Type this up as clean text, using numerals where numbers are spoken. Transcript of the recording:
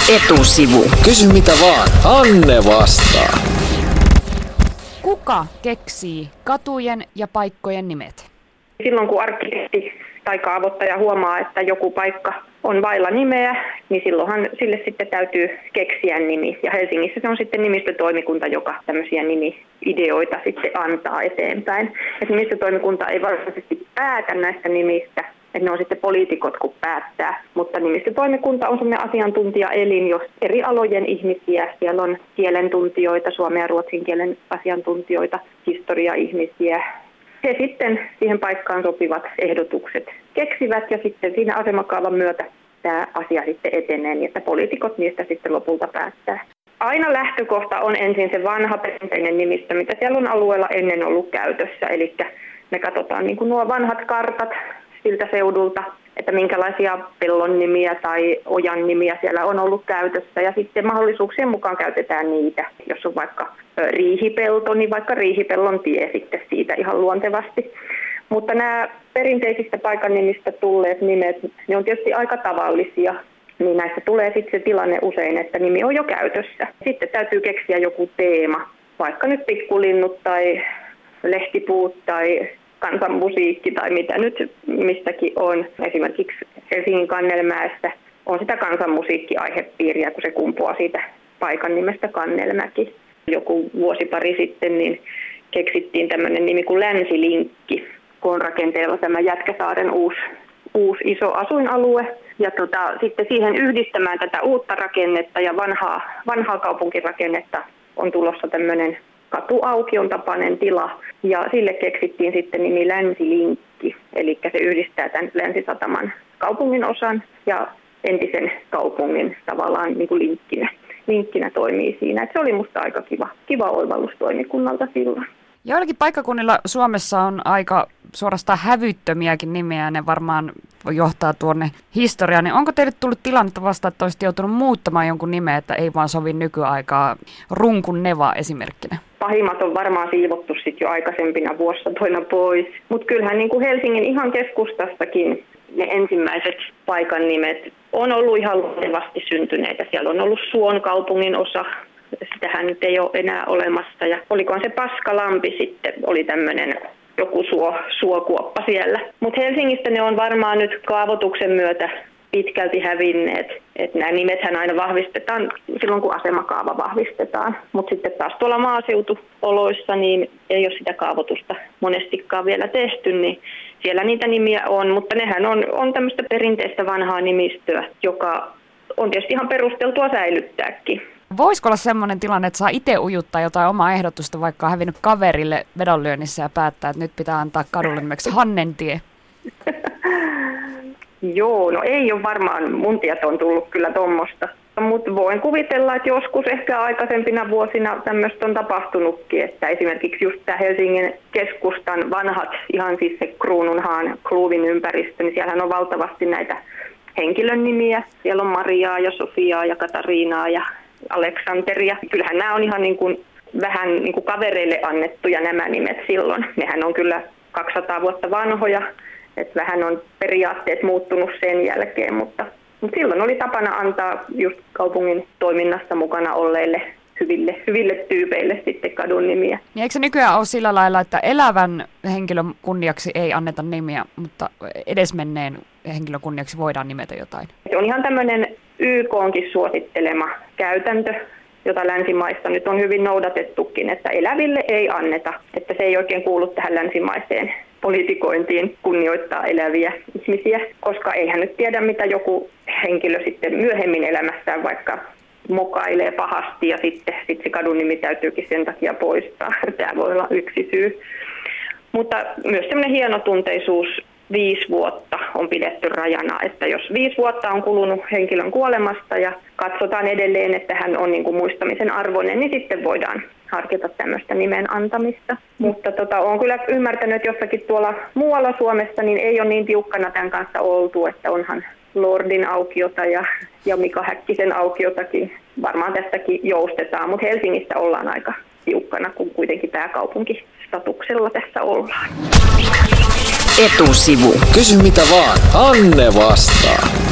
Etusivu. Kysy mitä vaan, Anne vastaa. Kuka keksii katujen ja paikkojen nimet? Silloin kun arkkitehti tai kaavoittaja huomaa, että joku paikka on vailla nimeä, niin silloinhan sille sitten täytyy keksiä nimi. Ja Helsingissä se on sitten nimistötoimikunta, joka tämmöisiä nimi-ideoita sitten antaa eteenpäin. Et nimistötoimikunta ei varsinaisesti päätä näistä nimistä, että ne on sitten poliitikot, kun päättää. Mutta nimistötoimikunta on sellainen asiantuntijaelin, jos eri alojen ihmisiä, siellä on kielentuntijoita, suomen ja ruotsin kielen asiantuntijoita, historiaihmisiä. He sitten siihen paikkaan sopivat ehdotukset keksivät ja sitten siinä asemakaavan myötä tämä asia sitten etenee niin, että poliitikot niistä sitten lopulta päättää. Aina lähtökohta on ensin se vanha perinteinen nimistö, mitä siellä on alueella ennen ollut käytössä. Eli me katsotaan niin kuin nuo vanhat kartat siltä seudulta, että minkälaisia pellon nimiä tai ojan nimiä siellä on ollut käytössä. Ja sitten mahdollisuuksien mukaan käytetään niitä. Jos on vaikka riihipelto, niin vaikka riihipellon tie sitten siitä ihan luontevasti. Mutta nämä perinteisistä paikannimistä tulleet nimet, ne on tietysti aika tavallisia. Niin näistä tulee sitten se tilanne usein, että nimi on jo käytössä. Sitten täytyy keksiä joku teema, vaikka nyt pikkulinnut tai lehtipuut tai kansanmusiikki tai mitä nyt mistäkin on. Esimerkiksi Helsingin Kannelmäestä on sitä kansanmusiikki-aihepiiriä, kun se kumpuaa siitä paikan nimestä Kannelmäki. Joku vuosi pari sitten niin keksittiin tämmöinen nimi kuin Länsilinkki, kun on rakenteella tämä Jätkäsaaren uusi iso asuinalue. Ja sitten siihen yhdistämään tätä uutta rakennetta ja vanhaa kaupunkirakennetta on tulossa tämmöinen katuaukion tapainen tila. Ja sille keksittiin sitten nimi Länsilinkki, eli se yhdistää tämän Länsisataman kaupungin osan ja entisen kaupungin tavallaan niin kuin linkkinä toimii siinä. Et se oli musta aika kiva oivallus toimikunnalta silloin. Joillakin paikkakunnilla Suomessa on aika suorastaan hävyttömiäkin nimiä, ne varmaan johtaa tuonne historiaan. Niin onko teille tullut tilannetta vasta, että olisitte joutunut muuttamaan jonkun nimeä, että ei vaan sovi nykyaikaa, Runkun Neva esimerkkinä? Pahimmat on varmaan siivottu sitten jo aikaisempina vuosisatoina pois. Mutta kyllähän niin kuin Helsingin ihan keskustastakin ne ensimmäiset paikan nimet on ollut ihan luontevasti syntyneitä. Siellä on ollut Suon kaupungin osa. Sitähän nyt ei ole enää olemassa. Ja olikohan se Paskalampi sitten, oli tämmöinen joku suokuoppa siellä. Mutta Helsingistä ne on varmaan nyt kaavoituksen myötä pitkälti hävinneet. Että nämä nimethän aina vahvistetaan silloin, kun asemakaava vahvistetaan. Mutta sitten taas tuolla maaseutuoloissa niin ei ole sitä kaavoitusta monestikaan vielä tehty, niin siellä niitä nimiä on. Mutta nehän on tämmöistä perinteistä vanhaa nimistöä, joka on tietysti ihan perusteltua säilyttääkin. Voisiko olla semmoinen tilanne, että saa itse ujuttaa jotain omaa ehdotusta, vaikka on hävinnyt kaverille vedonlyönnissä ja päättää, että nyt pitää antaa kadulle nimeksi Hannentie? Joo, no ei ole varmaan mun tietoon tullut kyllä tuommoista. Mutta voin kuvitella, että joskus ehkä aikaisempina vuosina tämmöistä on tapahtunutkin, että esimerkiksi just tämä Helsingin keskustan vanhat, ihan siis se Kruununhaan Kluuvin ympäristö, niin siellähän on valtavasti näitä henkilön nimiä. Siellä on Mariaa ja Sofiaa ja Katariinaa ja Aleksanteria. Kyllähän nämä on ihan niin kuin, vähän niin kuin kavereille annettuja nämä nimet silloin. Nehän on kyllä 200 vuotta vanhoja, että vähän on periaatteet muuttunut sen jälkeen, mutta silloin oli tapana antaa just kaupungin toiminnassa mukana olleille hyville tyypeille sitten kadun nimiä. Ja eikö se nykyään ole sillä lailla, että elävän henkilön kunniaksi ei anneta nimiä, mutta edesmenneen henkilön kunniaksi voidaan nimetä jotain? Se on ihan tämmöinen YK:nkin suosittelema käytäntö, jota länsimaissa nyt on hyvin noudatettukin, että eläville ei anneta, että se ei oikein kuulu tähän länsimaiseen politikointiin kunnioittaa eläviä ihmisiä, koska eihän nyt tiedä, mitä joku henkilö sitten myöhemmin elämässään vaikka mokailee pahasti ja sitten se kadun nimi täytyykin sen takia poistaa. Tämä voi olla yksi syy. Mutta myös semmoinen hienotunteisuus 5 vuotta on pidetty rajana, että jos 5 vuotta on kulunut henkilön kuolemasta ja katsotaan edelleen, että hän on niin kuin muistamisen arvoinen, niin sitten voidaan harkita tämmöistä nimen antamista. Mutta olen kyllä ymmärtänyt, että jossakin tuolla muualla Suomessa niin ei ole niin tiukkana tämän kanssa oltu, että onhan Lordin aukiota ja Mika Häkkisen aukiotakin. Varmaan tästäkin joustetaan, mutta Helsingissä ollaan aika tiukkana, kun kuitenkin pääkaupunkistatuksella tässä ollaan. Etusivu. Kysy mitä vaan, Anne vastaa.